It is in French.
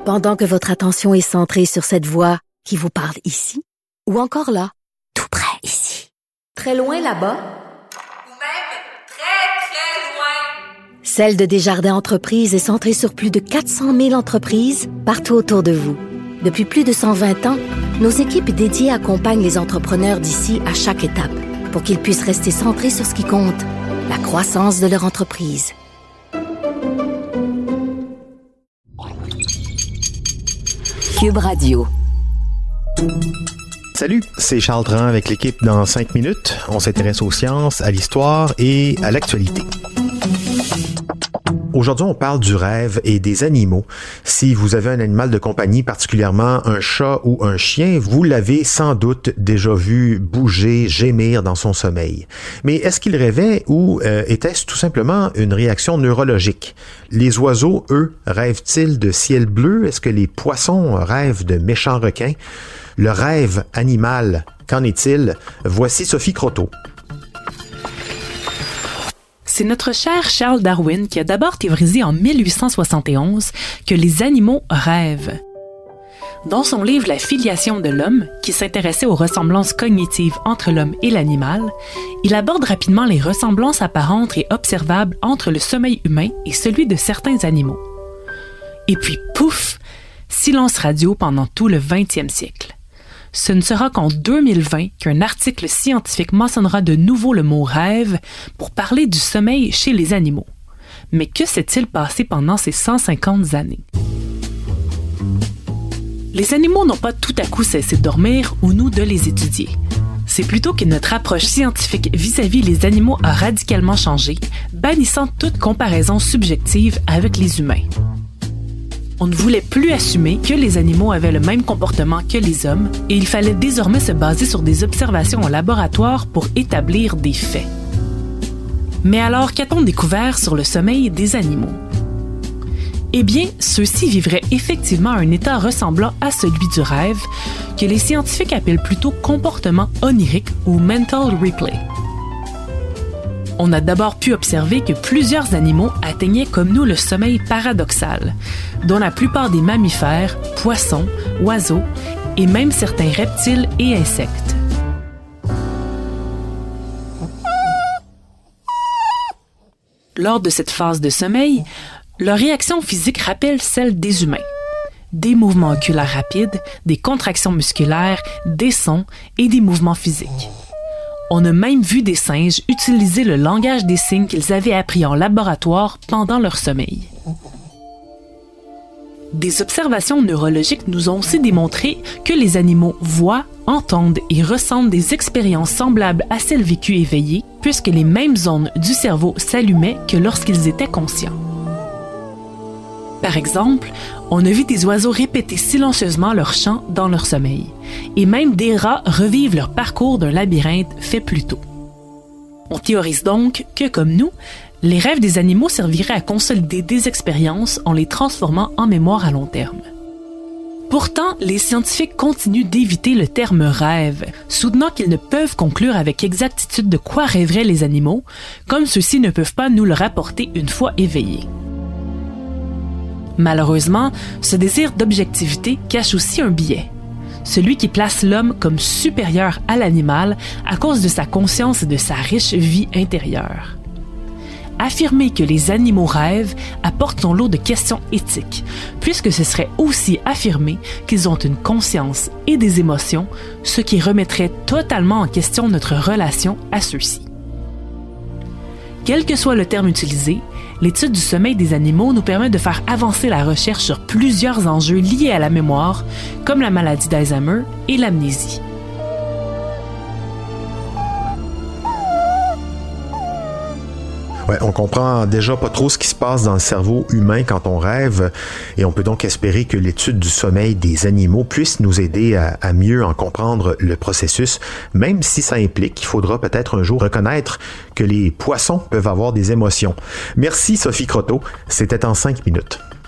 Pendant que votre attention est centrée sur cette voix qui vous parle ici, ou encore là, tout près ici, très loin là-bas, ou même très, très loin. Celle de Desjardins Entreprises est centrée sur plus de 400 000 entreprises partout autour de vous. Depuis plus de 120 ans, nos équipes dédiées accompagnent les entrepreneurs d'ici à chaque étape pour qu'ils puissent rester centrés sur ce qui compte, la croissance de leur entreprise. Cube Radio. Salut, c'est Charles Tran avec l'équipe dans 5 minutes. On s'intéresse aux sciences, à l'histoire et à l'actualité. Aujourd'hui, on parle du rêve et des animaux. Si vous avez un animal de compagnie, particulièrement un chat ou un chien, vous l'avez sans doute déjà vu bouger, gémir dans son sommeil. Mais est-ce qu'il rêvait ou était-ce tout simplement une réaction neurologique? Les oiseaux, eux, rêvent-ils de ciel bleu? Est-ce que les poissons rêvent de méchants requins? Le rêve animal, qu'en est-il? Voici Sophie Croteau. C'est notre cher Charles Darwin qui a d'abord théorisé en 1871 que les animaux rêvent. Dans son livre La filiation de l'homme, qui s'intéressait aux ressemblances cognitives entre l'homme et l'animal, il aborde rapidement les ressemblances apparentes et observables entre le sommeil humain et celui de certains animaux. Et puis, pouf, silence radio pendant tout le 20e siècle. Ce ne sera qu'en 2020 qu'un article scientifique mentionnera de nouveau le mot « rêve » pour parler du sommeil chez les animaux. Mais que s'est-il passé pendant ces 150 années? Les animaux n'ont pas tout à coup cessé de dormir ou nous de les étudier. C'est plutôt que notre approche scientifique vis-à-vis les animaux a radicalement changé, bannissant toute comparaison subjective avec les humains. On ne voulait plus assumer que les animaux avaient le même comportement que les hommes et il fallait désormais se baser sur des observations en laboratoire pour établir des faits. Mais alors, qu'a-t-on découvert sur le sommeil des animaux? Eh bien, ceux-ci vivraient effectivement un état ressemblant à celui du rêve, que les scientifiques appellent plutôt comportement onirique ou mental replay. On a d'abord pu observer que plusieurs animaux atteignaient comme nous le sommeil paradoxal, dont la plupart des mammifères, poissons, oiseaux et même certains reptiles et insectes. Lors de cette phase de sommeil, leur réaction physique rappelle celle des humains. Des mouvements oculaires rapides, des contractions musculaires, des sons et des mouvements physiques. On a même vu des singes utiliser le langage des signes qu'ils avaient appris en laboratoire pendant leur sommeil. Des observations neurologiques nous ont aussi démontré que les animaux voient, entendent et ressentent des expériences semblables à celles vécues éveillées, puisque les mêmes zones du cerveau s'allumaient que lorsqu'ils étaient conscients. Par exemple, on a vu des oiseaux répéter silencieusement leur chant dans leur sommeil, et même des rats revivent leur parcours d'un labyrinthe fait plus tôt. On théorise donc que, comme nous, les rêves des animaux serviraient à consolider des expériences en les transformant en mémoire à long terme. Pourtant, les scientifiques continuent d'éviter le terme « rêve », soutenant qu'ils ne peuvent conclure avec exactitude de quoi rêveraient les animaux, comme ceux-ci ne peuvent pas nous le rapporter une fois éveillés. Malheureusement, ce désir d'objectivité cache aussi un biais, celui qui place l'homme comme supérieur à l'animal à cause de sa conscience et de sa riche vie intérieure. Affirmer que les animaux rêvent apporte son lot de questions éthiques, puisque ce serait aussi affirmer qu'ils ont une conscience et des émotions, ce qui remettrait totalement en question notre relation à ceux-ci. Quel que soit le terme utilisé, l'étude du sommeil des animaux nous permet de faire avancer la recherche sur plusieurs enjeux liés à la mémoire, comme la maladie d'Alzheimer et l'amnésie. Ouais, on comprend déjà pas trop ce qui se passe dans le cerveau humain quand on rêve et on peut donc espérer que l'étude du sommeil des animaux puisse nous aider à mieux en comprendre le processus, même si ça implique qu'il faudra peut-être un jour reconnaître que les poissons peuvent avoir des émotions. Merci Sophie Croteau, c'était en 5 minutes.